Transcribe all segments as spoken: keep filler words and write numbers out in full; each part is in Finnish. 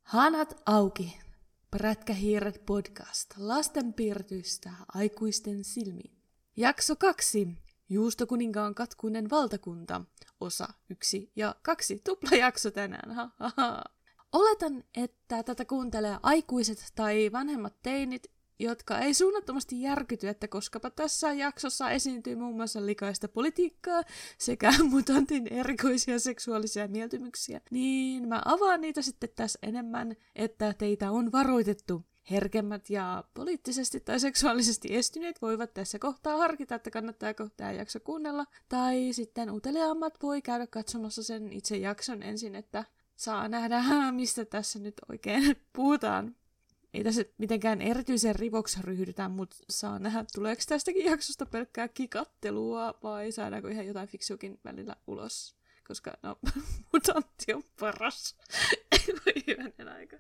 Hanat auki. Prätkähiiret podcast. Lasten piirtyistä aikuisten silmiin. Jakso kaksi. Juustokuninkaan katkuinen valtakunta. Osa yksi ja kaksi. Tuplajakso tänään. Ha, ha, ha. Oletan, että tätä kuuntelee aikuiset tai vanhemmat teinit, jotka ei suunnattomasti järkyty, että koskapa tässä jaksossa esiintyy muun muassa likaista politiikkaa sekä mutantin erikoisia seksuaalisia mieltymyksiä, niin mä avaan niitä sitten tässä enemmän, että teitä on varoitettu. Herkemmät ja poliittisesti tai seksuaalisesti estyneet voivat tässä kohtaa harkita, että kannattaako tämä jakso kuunnella, tai sitten uteliaammat voi käydä katsomassa sen itse jakson ensin, että saa nähdä, mistä tässä nyt oikein puhutaan. Ei tässä mitenkään erityisen rivoksi ryhdytä, mutta saa nähdä, tuleeko tästäkin jaksosta pelkkää kikattelua vai saadaanko ihan jotain fiksuakin välillä ulos. Koska, no, mutantti on paras. Voi hyvänen aika.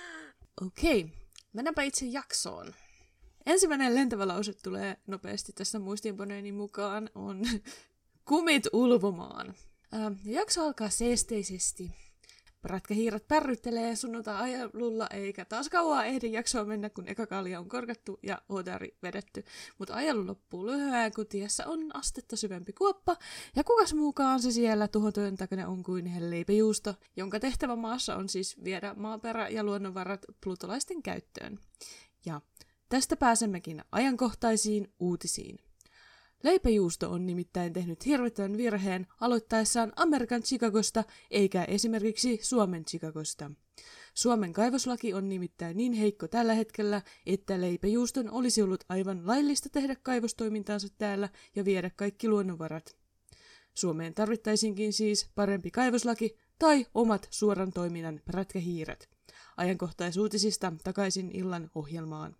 Okei, mennäänpä itse jaksoon. Ensimmäinen lentävä lause tulee nopeasti tässä muistiinpanojen mukaan, on kumit ulvomaan. Ää, jakso alkaa seesteisesti. Prätkähiiret pärryttelee sunnuntai-ajelulla, eikä taas kauaa ehdi jaksoa mennä, kun eka kalja on korkattu ja hodari vedetty. Mutta ajelu loppuu lyhyen, kun tiessä on astetta syvempi kuoppa, ja kukas muukaan se siellä tuhotyön takana on kuin leipäjuusto, jonka tehtävä maassa on siis viedä maaperä ja luonnonvarat plutolaisten käyttöön. Ja tästä pääsemmekin ajankohtaisiin uutisiin. Leipäjuusto on nimittäin tehnyt hirvittävän virheen aloittaessaan Amerikan Chicagosta eikä esimerkiksi Suomen Chicagosta. Suomen kaivoslaki on nimittäin niin heikko tällä hetkellä, että leipäjuuston olisi ollut aivan laillista tehdä kaivostoimintaansa täällä ja viedä kaikki luonnonvarat. Suomeen tarvittaisinkin siis parempi kaivoslaki tai omat suoran toiminnan prätkähiiret. Ajankohtaisuutisista takaisin illan ohjelmaan.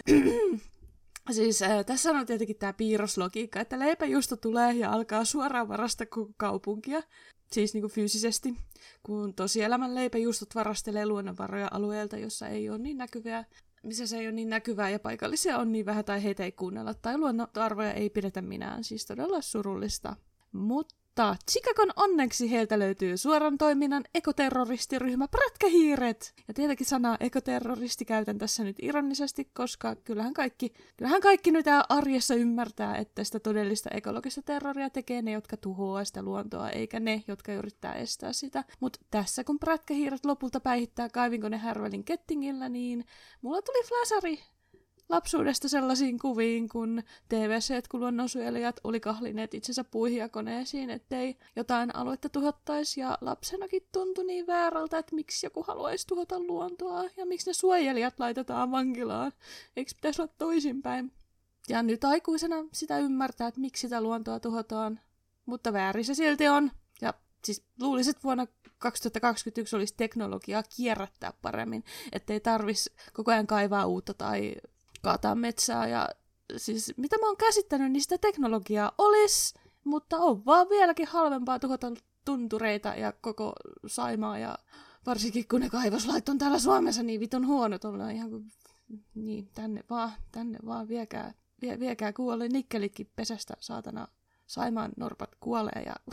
Siis äh, tässä on tietenkin tämä piirroslogiikka, että leipäjuusto tulee ja alkaa suoraan varastaa koko kaupunkia, siis niinku fyysisesti, kun tosielämän leipäjuustot varastelee luonnonvaroja alueelta, jossa ei ole niin näkyvää, missä se ei ole niin näkyvää ja paikallisia on niin vähän tai heitä ei kuunnella tai luonnonarvoja ei pidetä minään, siis todella surullista. Mutta Chicagon onneksi heiltä löytyy suoran toiminnan ekoterroristiryhmä Prätkähiiret. Ja tietenkin sanaa ekoterroristi käytän tässä nyt ironisesti, koska kyllähän kaikki, kyllähän kaikki nyt arjessa ymmärtää, että sitä todellista ekologista terroria tekee ne, jotka tuhoaa sitä luontoa, eikä ne, jotka yrittää estää sitä. Mutta tässä kun Prätkähiiret lopulta päihittää kaivinkone Härvälin kettingillä, niin mulla tuli flasari lapsuudesta sellaisiin kuviin, kun T V C:t, kun luonnonsuojelijat oli kahlineet itsensä puihin ja koneisiin, ettei jotain aluetta tuhottaisi, ja lapsenakin tuntui niin väärältä, että miksi joku haluaisi tuhota luontoa, ja miksi ne suojelijat laitetaan vankilaan. Eikö pitäisi olla toisinpäin? Ja nyt aikuisena sitä ymmärtää, että miksi sitä luontoa tuhotaan, mutta väärin se silti on. Ja siis luulisin, että vuonna kaksituhattakaksikymmentäyksi olisi teknologiaa kierrättää paremmin, ettei tarvitsisi koko ajan kaivaa uutta tai kaataa metsää, ja siis mitä mä oon käsittänyt, niin sitä teknologiaa olisi, mutta on vaan vieläkin halvempaa tuhota tuntureita ja koko Saimaa, ja varsinkin kun ne kaivoslait on täällä Suomessa niin vitun huonot, ollaan ihan kuin, niin tänne vaan, tänne vaan, viekää, vie, viekää kuolee nikkelitkin pesästä, saatana, Saimaan norpat kuolee, ja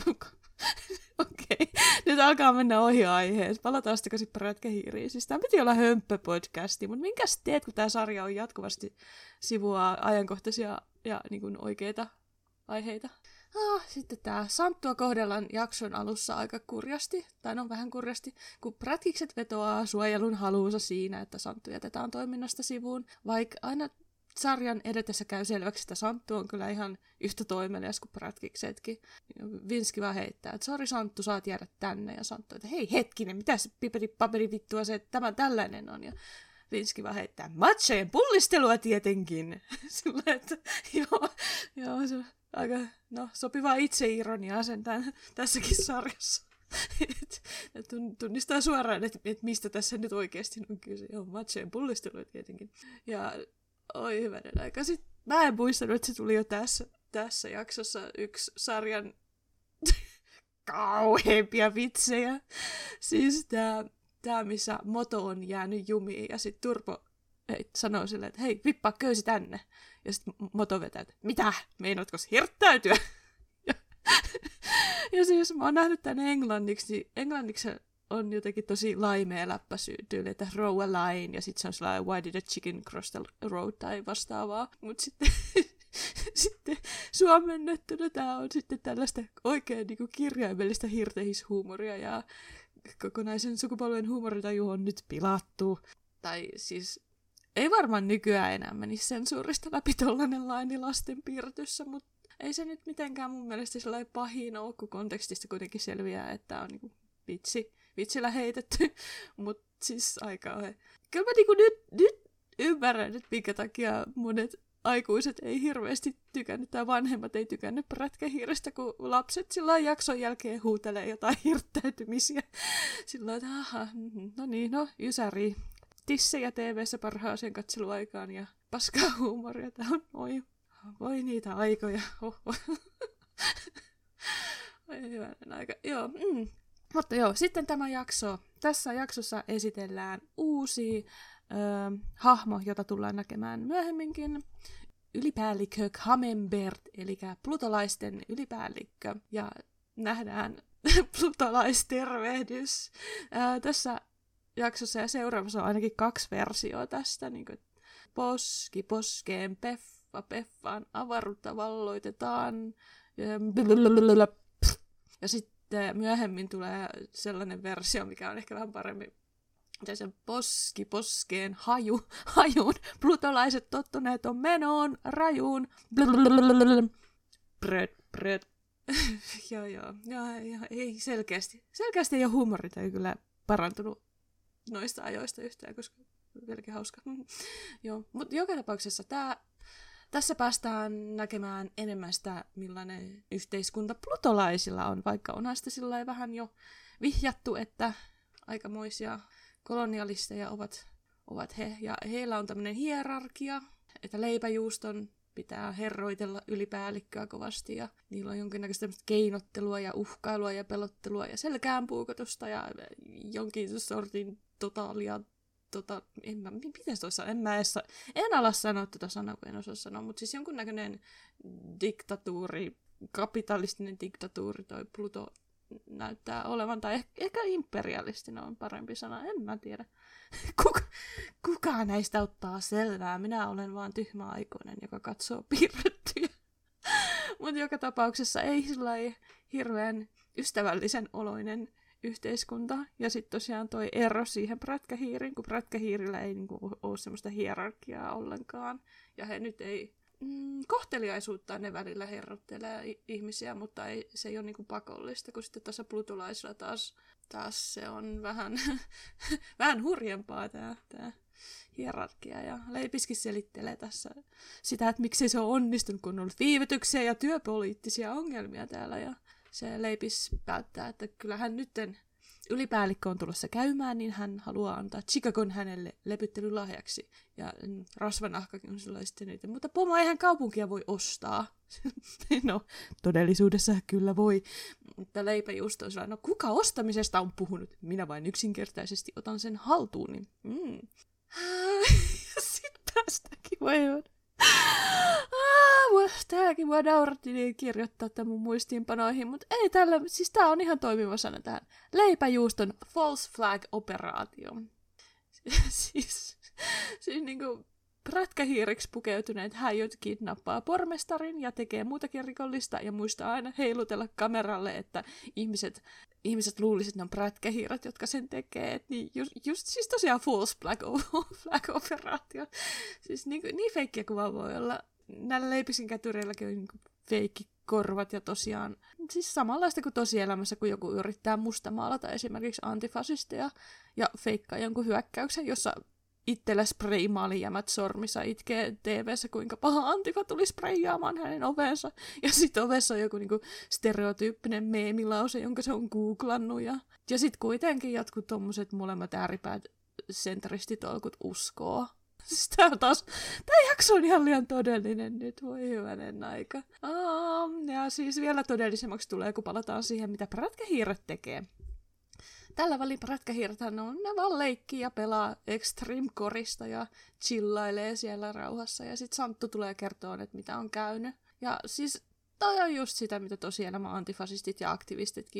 okei, okay. Nyt alkaa mennä ohi aiheessa. Palataan sitten takaisin Prätkähiiriin. Siis tämä piti olla hömppöpodcasti, mutta minkäs teet, kun tämä sarja on jatkuvasti sivua ajankohtaisia ja niin kuin oikeita aiheita? Ah, sitten tämä Santtua kohdellaan jakson alussa aika kurjasti, tai no vähän kurjasti, kun prätkikset vetoaa suojelun haluunsa siinä, että Santtu jätetään toiminnasta sivuun, vaikka aina sarjan edetessä käy selväksi, että Santtu on kyllä ihan yhtä toimelias kuin prätkiksetkin. Vinski vaan heittää, että sori Santtu, saat jäädä tänne. Ja Santtu, että hei hetkinen, mitä se piperi paperi vittua se, että tämä tällainen on. Ja Vinski vaan heittää, matcheen pullistelua tietenkin. Sillä että joo, joo, se on aika no, sopivaa itseironiaa sen tämän, tässäkin sarjassa. Et tunnistaa suoraan, että et mistä tässä nyt oikeasti on kyse. Joo, matcheen pullistelua tietenkin. Ja oi hyvänen aika. Sitten mä en muistanut, että se tuli jo tässä, tässä jaksossa yksi sarjan kauheimpia vitsejä. Siis tää, tää, missä Moto on jäänyt jumiin ja sit Turbo ei, sanoo silleen, että hei, vippaa köysi tänne. Ja sit Moto vetää, että mitä? Meinaatko hirttäytyä? ja, ja siis mä oon nähnyt tän englanniksi. Englanniksi on jotenkin tosi laimea läppäsy tyyli, että row a line, ja sitten se on sellainen why did a chicken cross the road tai vastaavaa. Mutta sitten, sitten suomennettuna tämä on sitten tällaista oikein niin kuin kirjaimellista hirtehishuumoria, ja kokonaisen sukupolven huumoritaju on nyt pilattu. Tai siis ei varmaan nykyään enää menisi sensuurista läpi tollanen laini lasten piirretyssä, mutta ei se nyt mitenkään mun mielestä sellainen pahin ole, kun kontekstista kuitenkin selviää, että on niinku vitsi, vitsillä heitetty, mutta siis aika ohe. Kyllä mä niinku nyt, nyt ymmärrän, että minkä takia monet aikuiset ei hirveästi tykännyt, tai vanhemmat ei tykännyt prätkähiirestä, kun lapset sillä jakson jälkeen huutelee jotain hirttäytymisiä. Sillä että aha, no niin, no ysäri. Tissejä T V:ssä parhaaseen katseluaikaan ja paskaa huumoria. Tää on oi. Voi niitä aikoja. Oho. Oi hyvänen aika. Joo. Mm. Mutta joo, sitten tämä jakso. Tässä jaksossa esitellään uusi ö, hahmo, jota tullaan näkemään myöhemminkin. Ylipäällikkö Camembert, eli plutolaisten ylipäällikkö. Ja nähdään plutolaistervehdys. Ö, tässä jaksossa ja seuraavassa on ainakin kaksi versioa tästä. Niin kuin, poski poskeen, peffa peffaan, avaruutta valloitetaan. Ja sitten myöhemmin tulee sellainen versio, mikä on ehkä vähän paremmin. Ja sen poski poskeen haju, hajuun. Plutolaiset tottuneet on menoon, rajuun. Bröd, bröd. joo, joo, joo, joo, ei selkeästi. Selkeästi ei ole huumorit, ei kyllä parantunut noista ajoista yhtään, koska on vieläkin hauska. Joo, mutta joka tapauksessa tää, tässä päästään näkemään enemmän sitä, millainen yhteiskunta plutolaisilla on, vaikka onhan sitä sillä vähän jo vihjattu, että aikamoisia kolonialisteja ovat, ovat he. Ja heillä on tämmöinen hierarkia, että leipäjuuston pitää herroitella ylipäällikköä kovasti, ja niillä on jonkinnäköistä keinottelua ja uhkailua ja pelottelua ja selkäänpuukotusta ja jonkin sortin totaalia, tota, en mä, miten se olisi, en mä edes, en ala sanoa tätä sanaa, kun en osaa sanoa, mutta siis jonkunnäköinen diktatuuri, kapitalistinen diktatuuri toi Pluto näyttää olevan, tai ehkä, ehkä imperialistinen on parempi sana, en mä tiedä. Kuka, kuka näistä ottaa selvää? Minä olen vaan tyhmä aikuinen, joka katsoo piirrettyjä. Mutta joka tapauksessa ei sillai hirveän ystävällisen oloinen yhteiskunta. Ja sitten tosiaan toi ero siihen prätkähiiriin, kun prätkähiirillä ei niinku ole semmoista hierarkiaa ollenkaan. Ja he nyt ei mm, kohteliaisuutta ne välillä herrottelee ihmisiä, mutta ei, se ei ole niinku pakollista, kun sitten tässä plutolaisilla taas, taas se on vähän, vähän hurjempaa tämä tää hierarkia. Ja Leipiskin selittelee tässä sitä, että miksei se on onnistunut, kun on ollut viivytyksiä ja työpoliittisia ongelmia täällä. Ja se Leipis päättää, että kyllähän nytten ylipäällikkö on tulossa käymään, niin hän haluaa antaa Chicagon hänelle lepyttelylahjaksi. Ja rasvanahkakin on sellaista niitä, mutta pomo, eihän kaupunkia voi ostaa. No, todellisuudessa kyllä voi. Mutta leipäjuusto on sellainen, no kuka ostamisesta on puhunut? Minä vain yksinkertaisesti otan sen haltuun. Niin, mm. Sitten tästäkin voi Tämäkin mua nauratti niin kirjoittaa tämän mun muistiinpanoihin, mutta ei tällä, siis tää on ihan toimiva sana tähän. Leipäjuuston false flag operaatio. siis, siis niinku prätkähiireksi pukeutuneet häijyt kidnappaa pormestarin ja tekee muutakin rikollista ja muistaa aina heilutella kameralle, että ihmiset, ihmiset luulisivat, että ne on prätkähiiret, jotka sen tekee. Et niin just, just siis tosiaan false flag, flag operaatio. Siis niin, niin feikkiä kuin vaan voi olla. Näillä Leipisin kätyreilläkin on niin feikkikorvat ja tosiaan siis samanlaista kuin tosielämässä, kun joku yrittää mustamaalata esimerkiksi antifasisteja ja feikkaa jonkun hyökkäyksen, jossa itsellä spraymaalijämät sormissa itkee T V:ssä, kuinka paha antifa tuli sprayyaamaan hänen ovensa. Ja sitten ovessa on joku niinku stereotyyppinen meemilause, jonka se on googlannut. Ja, ja sitten kuitenkin jotkut tommoset molemmat ääripäät sentristitolkut uskoo. Siis tää taas, tää jakso on ihan liian todellinen nyt, voi hyvänen aika. Um, ja siis vielä todellisemmaksi tulee, kun palataan siihen, mitä prätkähiiret tekee. Tällä välin prätkähiirethän on, ne vaan leikkii ja pelaa Extreme-korista ja chillailee siellä rauhassa. Ja sit Santtu tulee kertoa, että mitä on käynyt. Ja siis toi on just sitä, mitä tosielämä antifasistit ja aktivistitkin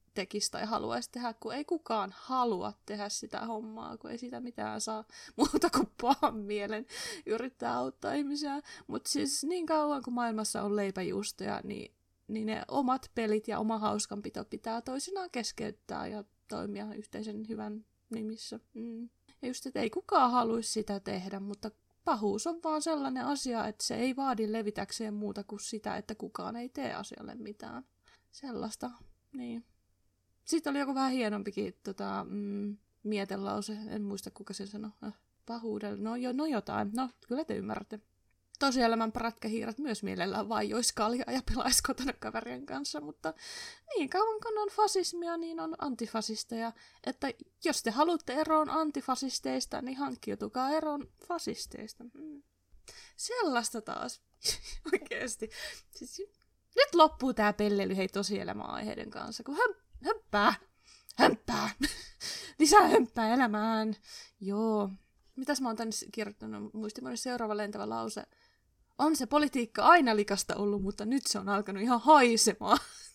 tekisi tai haluaisi tehdä, kun ei kukaan halua tehdä sitä hommaa, kun ei sitä mitään saa muuta kuin pahan mielen yrittää auttaa ihmisiä. Mutta siis niin kauan kuin maailmassa on leipäjuustoja, niin, niin ne omat pelit ja oma hauskanpito pitää toisinaan keskeyttää ja toimia yhteisen hyvän nimissä. Mm. Ja just, että ei kukaan haluaisi sitä tehdä, mutta pahuus on vaan sellainen asia, että se ei vaadi levitäkseen muuta kuin sitä, että kukaan ei tee asialle mitään. Sellaista, niin. Sitten oli joku vähän hienompikin tota, mm, mietelause, en muista kuka sen sanoi. Äh, pahuudella, no, jo, no jotain, no kyllä te ymmärrätte. Tosielämän prätkähiirat myös mielellään vaijois kaljaa ja pelaisi kotona kaverien kanssa, mutta niin kauan kun on fasismia, niin on antifasisteja. Että jos te haluatte eroon antifasisteista, niin hankkiutukaa eroon fasisteista. Mm. Sellaista taas. Oikeesti. Siis, nyt loppuu tää pellely hei tosielämäaiheiden kanssa, kun höm, hömppää, hömppää, lisää hömppää elämään. Joo. Mitäs mä oon tänne kirjoittanut? Muistin seuraava lentävä lause. On se politiikka aina likasta ollut, mutta nyt se on alkanut ihan haisemaan.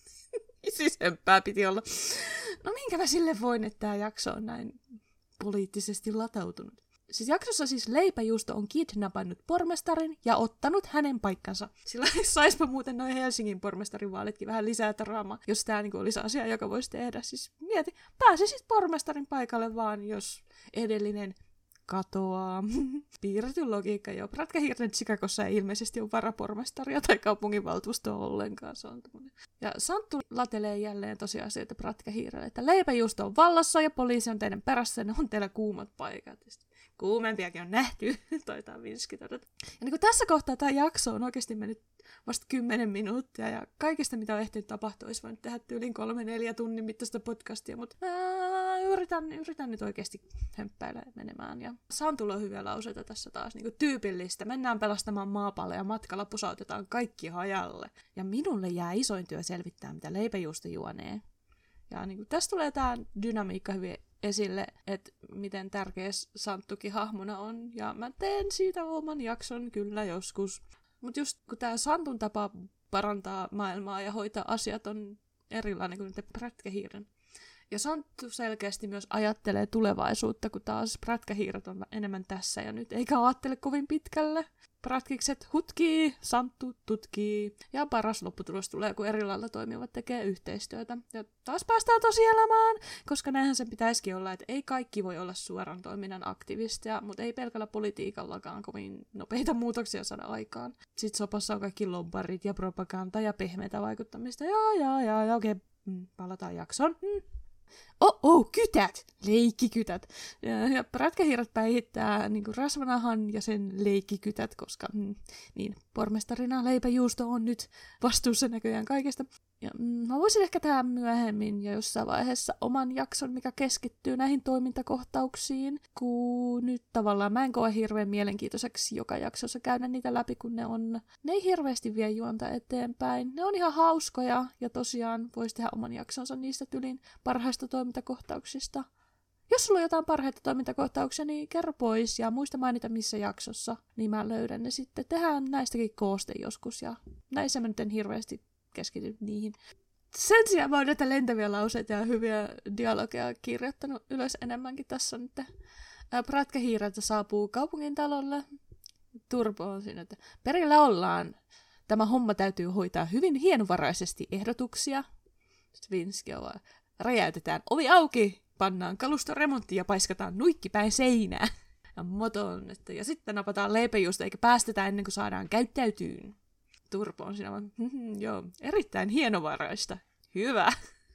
Siis hömppää piti olla. No minkä mä sille voin, että tää jakso on näin poliittisesti latautunut. Siis jaksossa siis leipäjuusto on kidnappannut pormestarin ja ottanut hänen paikkansa. Sillä saispa muuten noin Helsingin pormestarin vaalitkin vähän lisää draamaa, jos tää niinku olisi asia, joka voisi tehdä. Siis mieti, pääsisit pormestarin paikalle vaan, jos edellinen katoaa. Piirretty logiikka, joo. Prätkähiirten Chicagossa ei ilmeisesti ole varapormestaria tai kaupunginvaltuustoa ollenkaan. Se on tommoinen. Ja Santtu latelee jälleen tosiasioita prätkähiirelle, että leipäjuusto on vallassa ja poliisi on teidän perässä ja ne on teillä kuumat paikat. Kuumempiakin on nähty, taitaa Vinski todeta. Ja niin kuin tässä kohtaa tämä jakso on oikeasti mennyt vasta kymmenen minuuttia, ja kaikista mitä on ehtinyt tapahtua, olisi voinut tehdä tyyliin kolme neljä tunnin mittaista podcastia, mutta ää, yritän, yritän nyt oikeasti hömppäillä menemään. Ja saan tulla hyviä lauseita tässä taas, niin kuin tyypillistä. Mennään pelastamaan maapalloa ja matkalla pusautetaan kaikki hajalle. Ja minulle jää isoin työ selvittää, mitä leipäjuusto juonee. Ja niin kuin tässä tulee tämä dynamiikka hyvin esille, että miten tärkeä Santtukin hahmona on. Ja mä teen siitä oman jakson kyllä joskus. Mutta just kun tämä Santun tapa parantaa maailmaa ja hoitaa asiat on erilainen kuin nyt prätkähiiren. Ja Santtu selkeästi myös ajattelee tulevaisuutta, kun taas prätkähiiret on enemmän tässä ja nyt, eikä ajattele kovin pitkälle. Prätkikset hutkii, Santtu tutkii, ja paras lopputulos tulee, kun eri lailla toimivat tekee yhteistyötä. Ja taas päästään tosielämään, koska näinhän sen pitäisikin olla, että ei kaikki voi olla suoran toiminnan aktivisteja, mutta ei pelkällä politiikallakaan kovin nopeita muutoksia saada aikaan. Sitten sopassa on kaikki lobbarit ja propaganda ja pehmeitä vaikuttamista. Ja, ja, ja, ja okei, okay. Palataan jaksoon. Hmm. Oh, oh, kytät! Leikkikytät. Ja, ja prätkähiirat päihittää niin kuin rasvanahan ja sen leikkikytät, koska mm, niin, pormestarina leipäjuusto on nyt vastuussa näköjään kaikesta. Ja, mm, mä voisin ehkä tehdä myöhemmin ja jossain vaiheessa oman jakson, mikä keskittyy näihin toimintakohtauksiin, kun nyt tavallaan mä en koe hirveän mielenkiintoiseksi joka jaksossa käydä niitä läpi, kun ne on, ne ei hirveästi vie juonta eteenpäin. Ne on ihan hauskoja ja tosiaan voisi tehdä oman jaksonsa niistä tylin parhaista toimintakohtauksista. Jos sulla on jotain parhaita toimintakohtauksia, niin kerro pois ja muista mainita missä jaksossa, niin mä löydän ne sitten. Tehdään näistäkin kooste joskus ja näissä mä nyt en hirveästi keskity niihin. Sen sijaan mä oon näitä lentäviä lauseita ja hyviä dialogeja kirjoittanut ylös enemmänkin tässä nyt. Prätkähiireltä saapuu kaupungin talolle. Turpo on siinä, että perillä ollaan. Tämä homma täytyy hoitaa hyvin hienovaraisesti ehdotuksia. Sitten Vinski on vaan, räjäytetään ovi auki, pannaan kalusto remonttiin ja paiskataan nuikki päin seinää. Ja moto on, että ja sitten napataan leipäjuusta eikä päästetä ennen kuin saadaan käyttäytyyn. Turpo on siinä vaan, hm, joo, erittäin hienovaraista. Hyvä.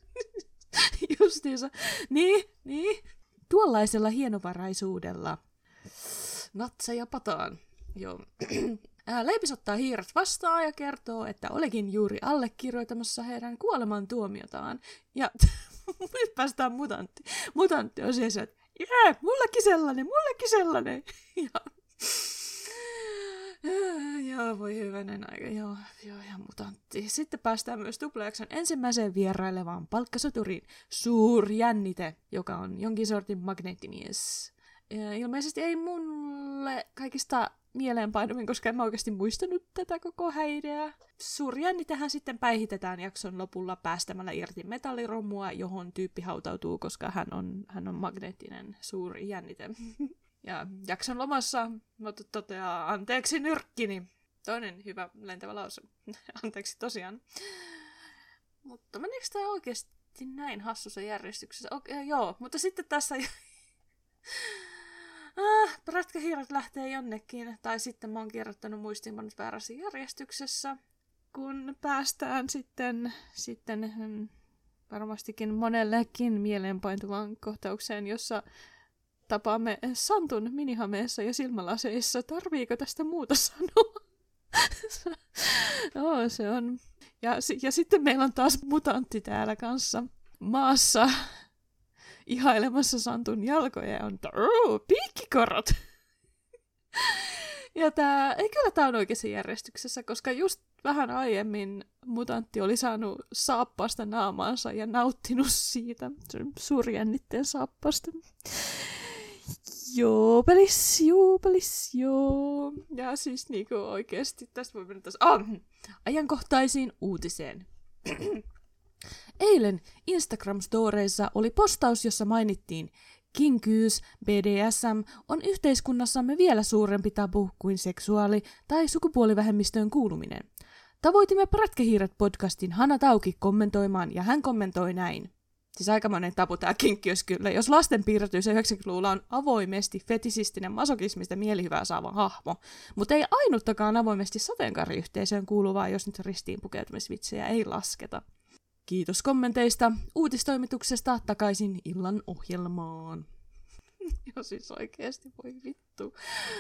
Justiinsa. Niin, niin. Tuollaisella hienovaraisuudella. Natseja pataan. Joo. Leipis ottaa hiiret vastaan ja kertoo, että olikin juuri allekirjoitamassa heidän kuolemantuomiotaan. Ja nyt päästään mutantti. Mutantti on siis, että jee, mullekin sellainen, mullekin sellainen. Ja joo, voi hyvänen aika, joo, joo, ihan mutantti. Sitten päästään myös tuplajakson ensimmäiseen vierailevaan palkkasoturiin, Suurjännite, joka on jonkin sortin magneettimies. Ja ilmeisesti ei mulle kaikista mieleenpainuvin, koska en mä oikeasti muistanut tätä koko häideää. Suuri jännitehän sitten päihitetään jakson lopulla päästämällä irti metalliromua, johon tyyppi hautautuu, koska hän on, hän on magneettinen suuri jännite. Ja jakson lomassa Motu toteaa anteeksi nyrkkini. Toinen hyvä lentävä lause. Anteeksi tosiaan. Mutta meneekö tämä oikeasti näin hassussa järjestyksessä? Okei, joo, mutta sitten tässä ah, prätkähiiret lähtee jonnekin. Tai sitten mä oon kirjoittanut muistiinpanot väärässä järjestyksessä. Kun päästään sitten, sitten hmm, varmastikin monellekin mieleenpaintuvaan kohtaukseen, jossa tapaamme Santun minihameessa ja silmälaseissa. Tarviiko tästä muuta sanoa? oh, se on. Ja, ja sitten meillä on taas mutantti täällä kanssa maassa ihailemassa Santun jalkoja ja on oh, piikkikorot. ja tää, ei kyllä tää on oikeassa järjestyksessä, koska just vähän aiemmin mutantti oli saanut saappaasta naamaansa ja nauttinut siitä suurjännitteen saappasta. Joo, pelis, joo, pelis, joo. Ja siis niinku oikeesti, tästä voi mennä taas ah, ajankohtaisiin uutiseen. Eilen Instagram-storeissa oli postaus, jossa mainittiin kinkyys, B D S M on yhteiskunnassamme vielä suurempi tabu kuin seksuaali- tai sukupuolivähemmistöön kuuluminen. Tavoitimme Prätkähiiret podcastin Hanna Tauki kommentoimaan ja hän kommentoi näin. Siis aikamoinen tabu tää kinkkiys kyllä. Jos lastenpiirretyissä yhdeksänkymmentäluvulla on avoimesti fetisistinen masokismista mielihyvää saava hahmo, mutta ei ainuttakaan avoimesti sateenkaariyhteisöön kuuluvaa, jos nyt ristiin pukeutumisvitsejä ei lasketa. Kiitos kommenteista, uutistoimituksesta takaisin illan ohjelmaan. Joo siis oikeesti, voi vittu.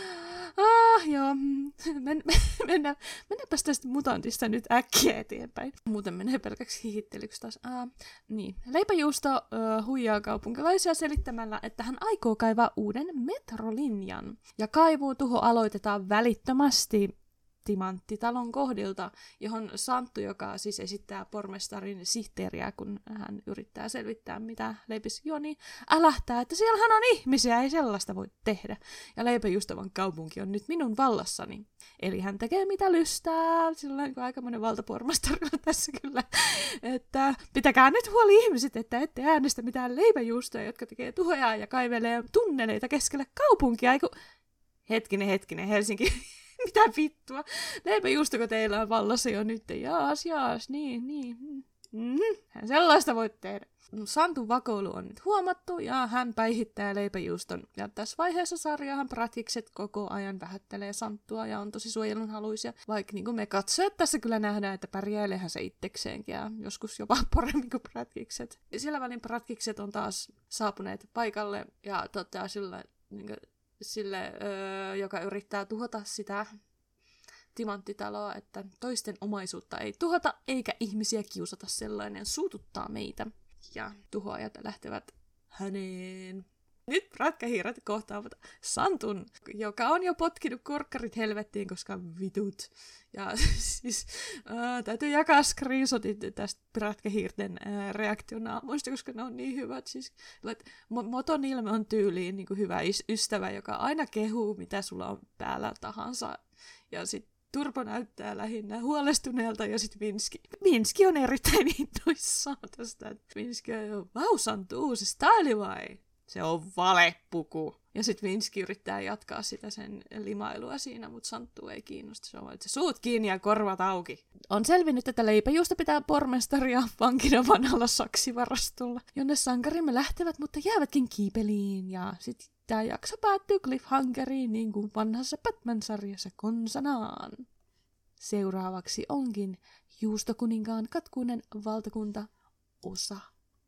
Ah, joo. Men, mennä, mennäpäs tästä mutantista nyt äkkiä eteenpäin. Muuten menee pelkäksi hihittelyksi taas. Ah, niin. Leipäjuusto uh, huijaa kaupunkilaisia selittämällä, että hän aikoo kaivaa uuden metrolinjan. Ja kaivuutuho aloitetaan välittömästi Timanttitalon kohdilta, johon Santtu, joka siis esittää pormestarin sihteeriä, kun hän yrittää selvittää, mitä Leipis Joni älähtää, että siellähän on ihmisiä, ei sellaista voi tehdä. Ja Leipäjuustovan kaupunki on nyt minun vallassani. Eli hän tekee mitä lystää, sillä on aikamoinen valtapormestari tässä kyllä, että pitäkää nyt huoli ihmiset, että ette äänestä mitään leipäjuustoja, jotka tekee tuhoja ja kaivelee tunneleita keskelle kaupunkia, eiku... Hetkinen, hetkinen, Helsinki... Mitä vittua? Leipäjuustoko teillä on vallassa jo nyt? Jaas, jaas, niin, niin. Mm-hmm. Hän sellaista voi tehdä. Santun vakoilu on nyt huomattu ja hän päihittää leipäjuuston. Ja tässä vaiheessa sarjahan prätkikset koko ajan vähättelee Santtua ja on tosi suojelunhaluisia. Vaikka niin kuin me katsojat tässä kyllä nähdään, että pärjäilehän se itsekseenkin ja joskus jopa paremmin kuin prätkikset. Ja sillä välin prätkikset on taas saapuneet paikalle ja toteaa sillä niin kuin, sille, öö, joka yrittää tuhota sitä timanttitaloa, että toisten omaisuutta ei tuhota, eikä ihmisiä kiusata, sellainen suututtaa meitä. Ja tuhoajat lähtevät häneen. Nyt prätkähiiret kohtaavat Santun, joka on jo potkinut korkkarit helvettiin, koska vitut. Ja siis äh, täytyy jakaa screenshotit tästä prätkähiirten äh, reaktionaamoista, koska ne on niin hyvät. Siis, Moton ilme on tyyliin niin kuin hyvä ystävä, joka aina kehuu, mitä sulla on päällä tahansa. Ja sitten Turpo näyttää lähinnä huolestuneelta ja sitten Vinski. Vinski on erittäin innoissaan tästä. Vinski on, vau Santu, uusi style vai? Se on valepuku. Ja sitten Vinski yrittää jatkaa sitä sen limailua siinä, mutta Santtu ei kiinnosta. Se on vaan, että se suut kiinni ja korvat auki. On selvinnyt, että leipäjuusto pitää pormestaria vankina vanhalla saksivarastolla, jonne sankarimme lähtevät, mutta jäävätkin kiipeliin. Ja sitten tämä jakso päättyy cliffhangeriin niin kuin vanhassa Batman-sarjassa konsanaan. Seuraavaksi onkin Juustokuninkaan katkuinen valtakunta osa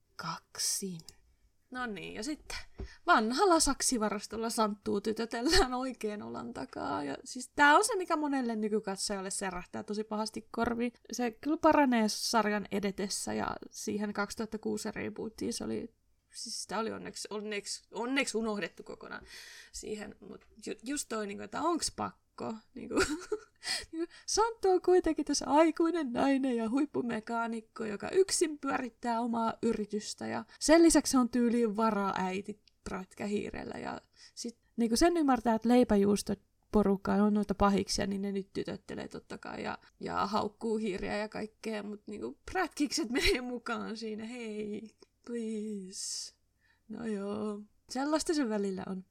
kaksi. No niin, ja sitten vanhalla saksivarastolla Santtuu tytötellään oikein olan takaa. Ja siis tää on se, mikä monelle nykykatsojalle särähtää tosi pahasti korviin. Se kyllä paranee sarjan edetessä ja siihen kaksituhattakuusi rebootiin se oli, siis sitä oli onneksi, onneksi, onneksi unohdettu kokonaan siihen. Mutta ju, just toi, niin kuin, että onks pakko? Niin kuin, Santtu on kuitenkin tässä aikuinen nainen ja huippumekaanikko, joka yksin pyörittää omaa yritystä. Ja sen lisäksi on tyyliin varaäiti prätkähiirellä. Ja sit, niin sen ymmärtää, että leipäjuusto porukkaa, on noita pahiksia, niin ne nyt tytöttelee totta kai ja, ja haukkuu hiiriä ja kaikkea, mutta niinku prätkikset menee mukaan siinä, hei, please. No joo, sellaista se välillä on.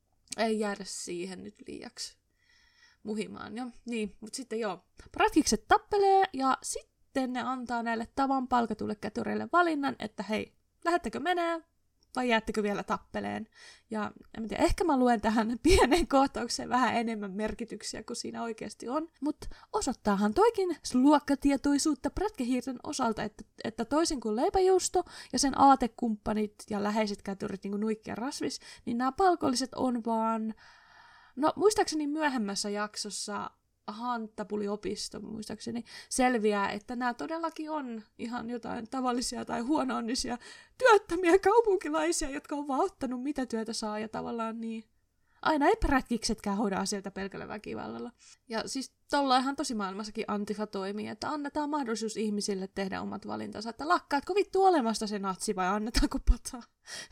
Ei jäädä siihen nyt liiaksi muhimaan, jo. Niin, mutta sitten joo, prätkikset tappelee ja sitten ne antaa näille tavan palkatulle kätyreille valinnan, että hei, lähdettekö menee vai jäättekö vielä tappeleen? Ja en tiedä, ehkä mä luen tähän pieneen kohtaukseen vähän enemmän merkityksiä kuin siinä oikeasti on, mutta osoittaahan toikin luokkatietoisuutta prätkähiirten osalta, että, että toisin kuin leipäjuusto ja sen aatekumppanit ja läheiset kätyrit, niin kuin Nuikki ja Rasvis, niin nämä palkolliset on vaan, no muistaakseni myöhemmässä jaksossa Hanttapuli-opisto, muistaakseni, selviää, että nämä todellakin on ihan jotain tavallisia tai huono-onnisia työttömiä kaupunkilaisia, jotka on vaan ottanut mitä työtä saa ja tavallaan niin. Aina ei prätkiksetkään hoida asioita pelkällä väkivallalla. Ja siis tollainhan tosimaailmassakin Antifa toimii, että annetaan mahdollisuus ihmisille tehdä omat valintansa, että lakkaatko vittu olemasta se natsi vai annetaanko pataa?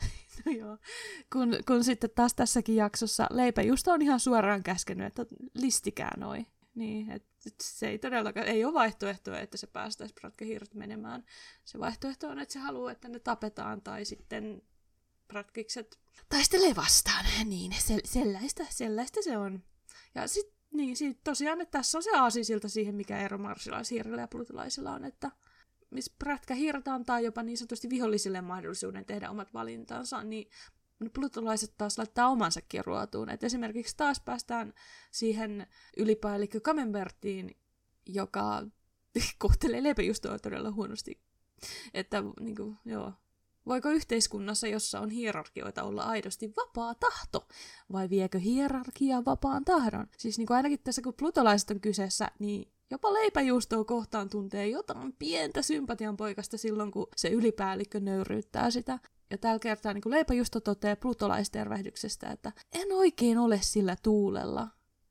No joo. Kun, kun sitten taas tässäkin jaksossa leipäjuusto on ihan suoraan käskenyt, että listikää noi. Niin, että se ei todellakaan, ei ole vaihtoehtoa, että se päästäisi prätkähiiret menemään. Se vaihtoehto on, että se haluaa, että ne tapetaan tai sitten prätkikset taistelee vastaan. Niin, se, sellaista, sellaista se on. Ja sitten niin, sit tosiaan, että tässä on se aasisilta siihen, mikä ero marssilaishiirillä ja plutolaisilla on, että missä prätkähiiret antaa jopa niin sanotusti vihollisille mahdollisuuden tehdä omat valintansa, niin plutolaiset taas laittaa omansakin ruotuun. Et esimerkiksi taas päästään siihen ylipäällikkö Camembertiin, joka kohtelee leipäjuustoa todella huonosti. Että niin kuin, joo. Voiko yhteiskunnassa, jossa on hierarkioita, olla aidosti vapaa tahto? Vai viekö hierarkia vapaan tahdon? Siis niin kuin ainakin tässä, kun plutolaiset on kyseessä, niin jopa leipäjuustoa kohtaan tuntee jotain pientä sympatian poikasta silloin, kun se ylipäällikkö nöyryyttää sitä. Ja tällä kertaa niin leipäjuusto toteaa plutolaistervehdyksestä, että en oikein ole sillä tuulella.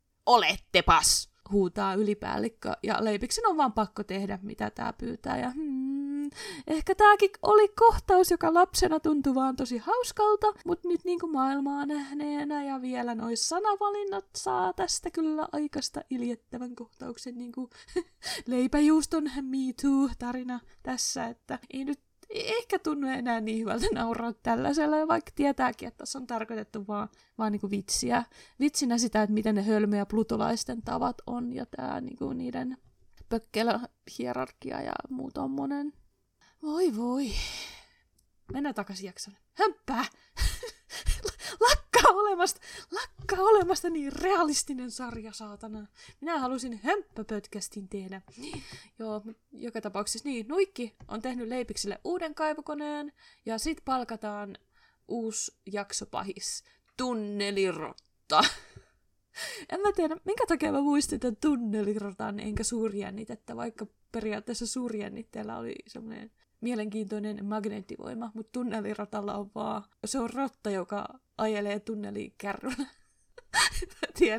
Olettepas! Huutaa ylipäällikkö, ja leipiksen on vaan pakko tehdä, mitä tää pyytää. Ja hmm, ehkä tääkin oli kohtaus, joka lapsena tuntui vaan tosi hauskalta, mutta nyt niin kuin maailmaa nähneenä ja vielä nois sanavalinnat saa tästä kyllä aikaista iljettävän kohtauksen niin kuin leipäjuuston Me Too-tarina tässä, että ei nyt ehkä tunnu enää niin hyvältä nauraa tällaisella, vaikka tietääkin, että tässä on tarkoitettu vaan, vaan niinku vitsiä. Vitsinä sitä, että miten ne hölmöjä plutolaisten tavat on ja tää niinku niiden pökkelöhierarkia ja muu tommonen. Voi voi. Mennään takaisin jaksoon. Hömppää! Lakkaa olemasta, lakkaa olemasta niin realistinen sarja, saatana. Minä halusin hömppäpödcastin tehdä. Joo, joka tapauksessa niin. Nuikki on tehnyt leipiksille uuden kaivokoneen ja sit palkataan uusi jaksopahis. Tunnelirotta. En mä tiedä, minkä takia mä muistin tämän tunnelirotan enkä suurjännitettä, vaikka periaatteessa suurjännitteellä oli semmoinen mielenkiintoinen magneettivoima, mutta tunnelirotalla on vaan, se on rotta, joka ajelee tunnelikärryllä. Mä tiedän.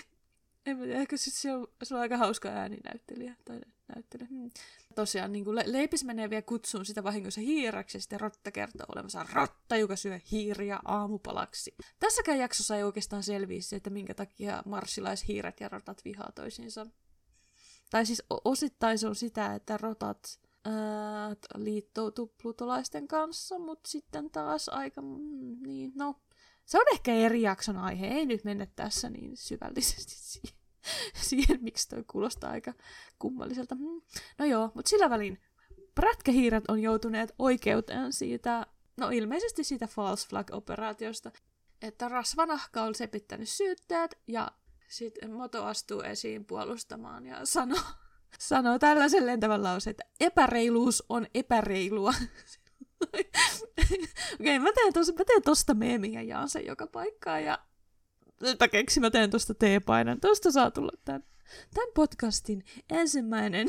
En mä tiedä, ehkä siis se on, se on aika hauska ääninäyttelijä. Tai näyttelijä. Hmm. Tosiaan niin kuin le- leipis menee vielä kutsuun sitä vahingossa hiiraksi, ja sitten rotta kertoo olevansa rotta, joka syö hiiriä aamupalaksi. Tässäkään jaksossa ei oikeastaan selviä se, että minkä takia marssilaishiiret ja rotat vihaa toisiinsa. Tai siis osittain se on sitä, että rotat ää, liittoutuu plutolaisten kanssa, mutta sitten taas aika, mm, niin, no, se on ehkä eri jakson aihe, ei nyt mennä tässä niin syvällisesti siihen, siihen miksi toi kuulostaa aika kummalliselta. Mm. No joo, mutta sillä välin prätkähiiret on joutuneet oikeuteen siitä, no ilmeisesti siitä false flag-operaatiosta, että rasvanahka on sepittänyt syytteet ja sitten Moto astuu esiin puolustamaan ja sanoo, sanoo tällaisen lentävän lauseen, että epäreiluus on epäreilua. Okei, okay, mä teen, tos, mä teen tosta meemiä ja jaan sen joka paikkaan ja nyt mä keksin, mä teen tosta teepainan. Tosta saa tulla tämän, tämän podcastin ensimmäinen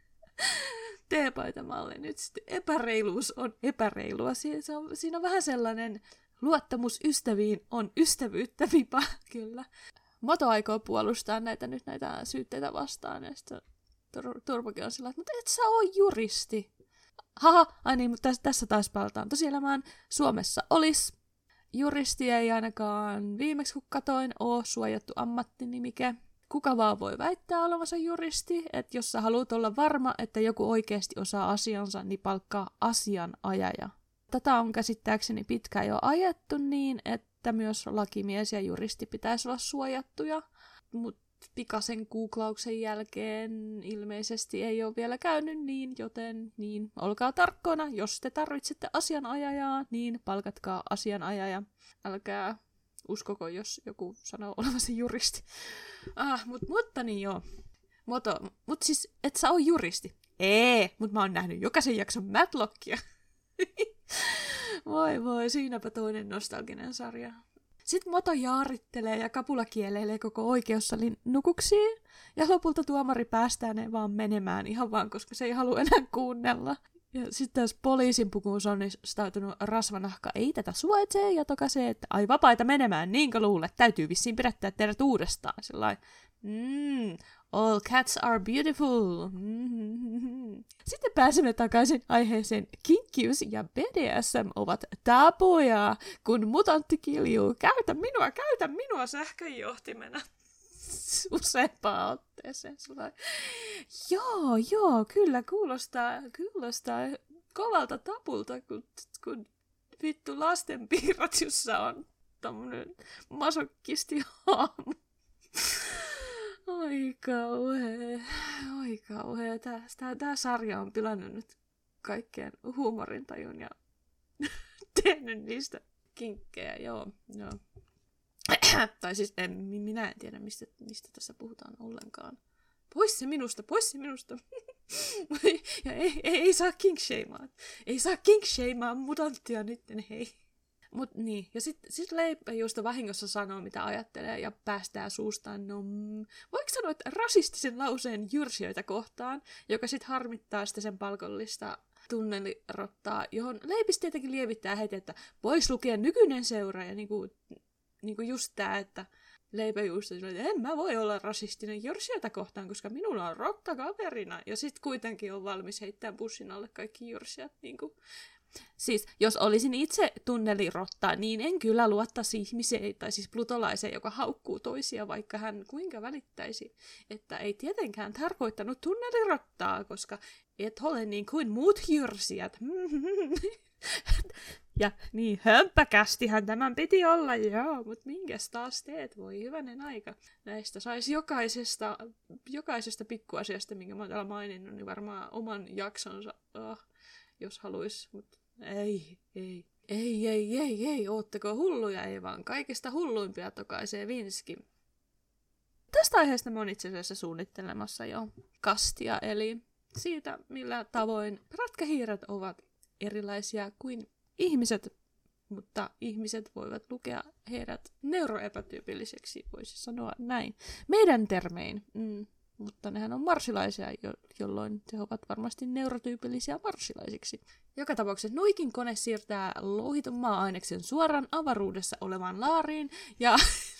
teepaitamalli. Nyt sitten epäreiluus on epäreilua. Siinä on, siinä on vähän sellainen luottamus ystäviin on ystävyyttä vipa, kyllä. Moto aikoo puolustaa näitä nyt näitä syytteitä vastaan ja sitten Tur- Turbokin on sillä, että mutta et sä oo juristi. Haha, ai niin, mutta tässä, tässä taas palataan tosielämään. Suomessa olisi juristi ei ainakaan viimeksi kun katoin ole suojattu ammattinimike. Kuka vaan voi väittää olevansa juristi, että jos sä haluat olla varma, että joku oikeasti osaa asiansa, niin palkkaa asianajaja. Tätä on käsittääkseni pitkään jo ajettu niin, että myös lakimies ja juristi pitäisi olla suojattuja, mutta pikaisen googlauksen jälkeen ilmeisesti ei ole vielä käynyt niin, joten niin, olkaa tarkkoina, jos te tarvitsette asianajajaa, niin palkatkaa asianajaja. Älkää uskoko, jos joku sanoo olevansa juristi. Ah, mut, mutta niin joo. Moto, mut siis, et sä oo juristi. Ee, mut mä oon nähnyt jokaisen jakson Mattlockia. Voi voi, siinäpä toinen nostalginen sarja. Sitten Moto jaarittelee ja kapula kieleilee koko oikeussalin nukuksiin, ja lopulta tuomari päästää ne vaan menemään ihan vaan, koska se ei halua enää kuunnella. Ja sitten taas poliisin pukuun sonnistautunut rasvanahka ei tätä suojetsee ja tokaisee, että ai vapaita menemään, niinkö luulet, täytyy vissiin pidättää teidät uudestaan. Sellainen, mm, all cats are beautiful. Mm-hmm. Sitten pääsemme takaisin aiheeseen kinkkiys ja B D S M ovat tapoja, kun mutantti kiljuu, käytä minua, käytä minua sähköjohtimena. Useampaan otteeseen. Sellainen. Joo, joo, kyllä kuulostaa, kuulostaa kovalta tapulta, kun, kun vittu lastenpiirrat, jossa on tommonen masokisti haamu. Oi kauhea, oi kauhea. Tää, tää, tää sarja on pilannut nyt kaikkeen huumorintajun ja tehnyt niistä kinkkejä, joo, joo. Tai siis en, minä en tiedä, mistä, mistä tässä puhutaan ollenkaan. Pois se minusta, pois se minusta. Ja ei, ei, ei saa kinkshamaa. Ei saa kinkshamaa mutanttia nyt, hei. Mut niin, ja sit, sit leipäjuusto vahingossa sanoo, mitä ajattelee, ja päästää suustaan, no mm, voiko sanoa, että rasistisen lauseen jyrsijöitä kohtaan, joka sit harmittaa sitä sen palkollista tunnelirottaa, johon leipis tietenkin lievittää heti, että pois lukea nykyinen seura, ja niinku, niinku just tää, että leipäjuusto sanoo, että en mä voi olla rasistinen jyrsijöitä kohtaan, koska minulla on rotta kaverina, ja sit kuitenkin on valmis heittää bussin alle kaikki jyrsijät, niinku. Siis, jos olisin itse tunnelirotta, niin en kyllä luottaisi ihmiseen, tai siis plutolaiseen, joka haukkuu toisia, vaikka hän kuinka välittäisi, että ei tietenkään tarkoittanut tunnelirottaa, koska et ole niin kuin muut jyrsijät. Ja niin hömppäkästihän tämän piti olla, joo, mutta minkäs taas teet, voi hyvänen aika. Näistä saisi jokaisesta, jokaisesta pikkuasiasta, minkä mä oon täällä maininnut, niin varmaan oman jaksonsa, oh, jos haluais, mutta ei, ei. Ei, ei, ei, ei, ootteko hulluja, ei vaan kaikista hulluimpia tokaisee Vinski. Tästä aiheesta mä oon itse asiassa suunnittelemassa jo kastia, eli siitä, millä tavoin prätkähiiret ovat erilaisia kuin ihmiset, mutta ihmiset voivat lukea heidät neuroepätyypilliseksi, voisi sanoa näin. Meidän termein, mm, mutta nehän on marsilaisia, jo- jolloin he ovat varmasti neurotyypillisiä marsilaisiksi. Joka tapauksessa Nuikin kone siirtää louhitun maa-aineksen suoraan avaruudessa olevaan laariin, ja,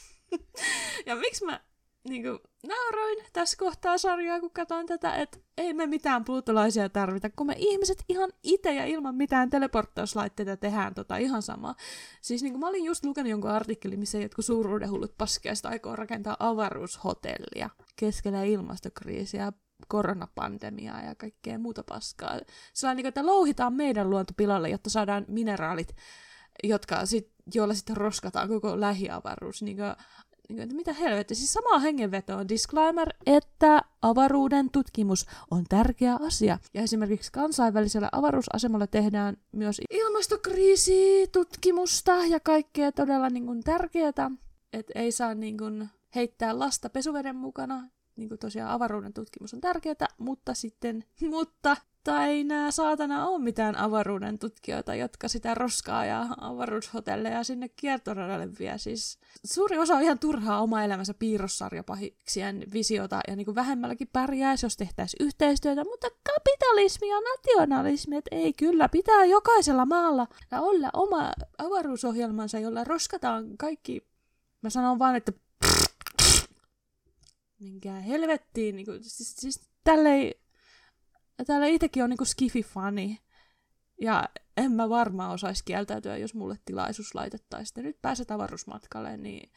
ja miksi mä niinku nauroin tässä kohtaa sarjaa, kun katsoin tätä, että ei me mitään plutolaisia tarvita, kun me ihmiset ihan itse ja ilman mitään teleporttauslaitteita tehdään tota ihan samaa. Siis niinku mä olin just lukenut jonkun artikkelin, missä jotkut suuruudenhullut paskeista aikoo rakentaa avaruushotellia keskellä ilmastokriisiä, koronapandemiaa ja kaikkea muuta paskaa. Sellainen, niin että louhitaan meidän luontopilalle, jotta saadaan mineraalit, jotka sit, joilla sitten roskataan koko lähiavaruus. Niin kuin, niin kuin, että mitä helvettiä. Siis samaa hengenvetoa disclaimer, että avaruuden tutkimus on tärkeä asia. Ja esimerkiksi kansainvälisellä avaruusasemalla tehdään myös ilmastokriisitutkimusta ja kaikkea todella niin kuin tärkeää. Että ei saa niin kuin heittää lasta pesuveden mukana. Niin kuin tosiaan avaruuden tutkimus on tärkeää, mutta sitten, mutta, tai nää saatana on mitään avaruuden tutkijoita, jotka sitä roskaa ja avaruushotelleja sinne kiertoradalle vie. Siis suuri osa on ihan turhaa oma elämänsä piirrossarjapahiksien visiota, ja niin kuin vähemmälläkin pärjäisi, jos tehtäisiin yhteistyötä, mutta kapitalismi ja nationalismi, että ei kyllä, pitää jokaisella maalla olla oma avaruusohjelmansa, jolla roskataan kaikki, mä sanon vaan, että minkään helvettiin, niinku, siis, siis tälleen, täällä itsekin on niinku skifi-fani, ja en mä varmaan osaisi kieltäytyä, jos mulle tilaisuus laitettaisiin. Nyt pääset avaruusmatkalle, niin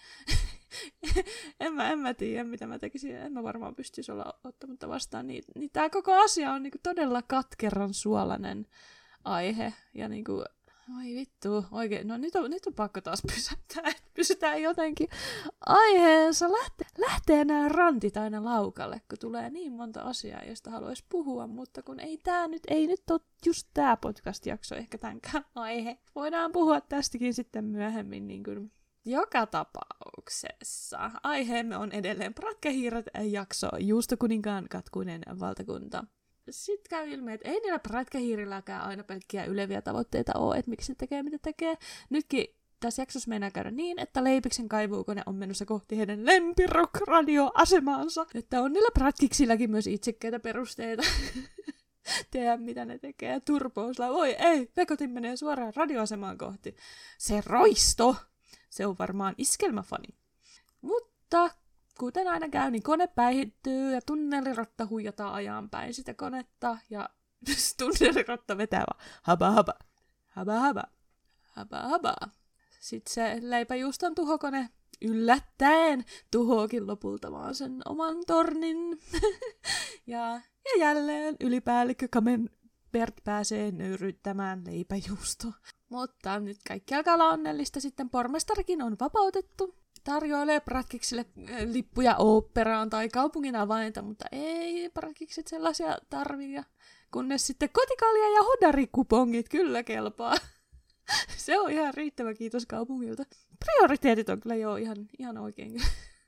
en, mä, en mä tiedä, mitä mä tekisin. En mä varmaan pystyisi olla ottamatta vastaan. Niin, niin tää koko asia on niinku todella katkeran suolainen aihe. Ja niinku, oi vittu, oikein. No nyt on, nyt on pakko taas pysäyttää, että pysytään jotenkin aiheensa. Lähtee, lähtee nämä rantit aina laukalle, kun tulee niin monta asiaa, josta haluaisi puhua, mutta kun ei tää nyt, ei nyt ole just tää podcast-jakso ehkä tämänkään aihe. Voidaan puhua tästäkin sitten myöhemmin niin kuin joka tapauksessa. Aiheemme on edelleen Pratkehiiret jakso Juustokuninkaan katkuinen valtakunta. Sitten käy ilmi, että ei niillä prätkähiirilläkään aina pelkkiä yleviä tavoitteita ole, että miksi se tekee, mitä tekee. Nytkin tässä jaksossa meinaa käydä niin, että Leipiksen kaivuukone on menossa kohti heidän lempirock-radioasemaansa. Että on niillä prätkiksilläkin myös itsekkäitä perusteita. Tiedä, mitä ne tekee. Turpousla, voi ei, Pekotin menee suoraan radioasemaan kohti. Se roisto! Se on varmaan iskelmäfani. Mutta kuten aina käy, niin kone päihittyy ja tunnelirotta huijataan ajan päin sitä konetta. Ja tunnelirotta vetää vaan haba haba, haba haba, haba haba. Sitten se leipäjuuston tuhokone yllättäen tuhookin lopulta vaan sen oman tornin. ja, ja jälleen ylipäällikkö Camembert pääsee nöyryttämään leipäjuusto. Mutta nyt kaikki alkaa olla onnellista, sitten pormestarikin on vapautettu. Tarjoilee pratkiksille lippuja oopperaan tai kaupungin avainta, mutta ei pratkikset sellaisia tarvitse. Kunnes sitten kotikalja ja hodarikupongit kyllä kelpaa. Se on ihan riittävä, kiitos kaupungilta. Prioriteetit on kyllä jo ihan, ihan oikein.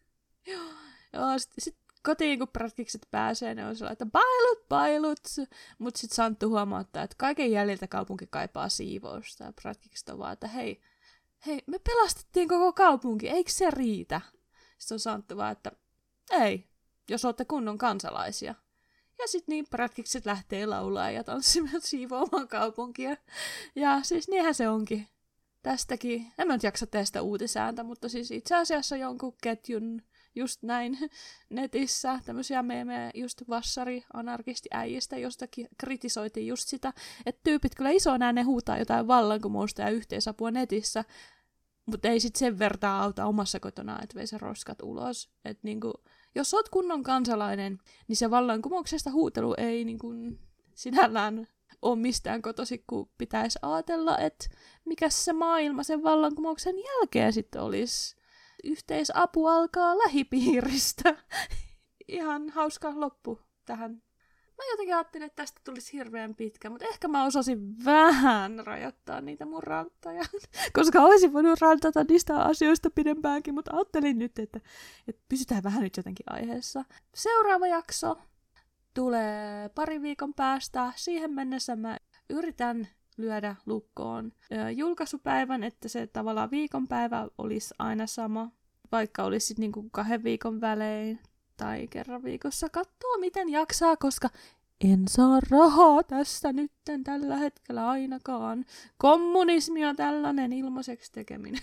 Joo, sitten sit kotiin kun pratkikset pääsee, ne on sellainen, että bailut, bailut. Mutta sitten Santtu huomauttaa, että kaiken jäljiltä kaupunki kaipaa siivousta. Ja pratkikset on vaan, että hei, hei, me pelastettiin koko kaupunki, eikö se riitä? Sitten on Santtu vaan, että ei, jos olette kunnon kansalaisia. Ja sitten niin pratkikset lähtee laulaa ja tanssimaan siivoamaan kaupunkia. Ja siis niinhän se onkin. Tästäkin, en mä nyt jaksa tehdä sitä uutisääntä, mutta siis itse asiassa jonkun ketjun just näin netissä, tämmöisiä meemejä just vassari anarkisti äijistä, jostakin kritisoitiin just sitä, että tyypit kyllä isoon ääneen huutaa jotain vallankumousta ja yhteisapua netissä, mutta ei sit sen vertaa auta omassa kotona, että vei se roskat ulos. Että niinku, jos oot kunnon kansalainen, niin se vallankumouksesta huutelu ei niinku sinällään ole mistään kotosi, kun pitäisi ajatella, että mikä se maailma sen vallankumouksen jälkeen sitten olisi. Yhteisapu alkaa lähipiiristä. Ihan hauska loppu tähän. Mä jotenkin ajattelin, että tästä tulisi hirveän pitkä, mutta ehkä mä osasin vähän rajoittaa niitä mun rantteja. Koska olisin voinut rantata niistä asioista pidempäänkin, mutta ajattelin nyt, että, että pysytään vähän nyt jotenkin aiheessa. Seuraava jakso tulee pari viikon päästä. Siihen mennessä mä yritän lyödä lukkoon julkaisupäivän, että se tavallaan viikonpäivä olisi aina sama, vaikka olisi sitten niinku kahden viikon välein tai kerran viikossa. Katsoo miten jaksaa, koska en saa rahaa tästä nytten tällä hetkellä ainakaan. Kommunismia tällainen ilmaiseksi tekeminen.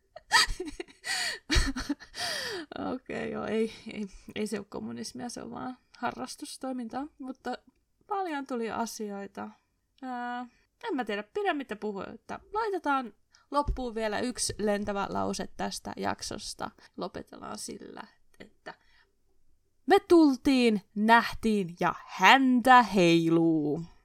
Okei, okay, joo, ei, ei, ei se ole kommunismia, se on vaan harrastustoimintaa, mutta paljon tuli asioita. Ää, en mä tiedä, pidemmittä puhua, että laitetaan loppuun vielä yksi lentävä lause tästä jaksosta. Lopetellaan sillä, että me tultiin, nähtiin ja häntä heiluu.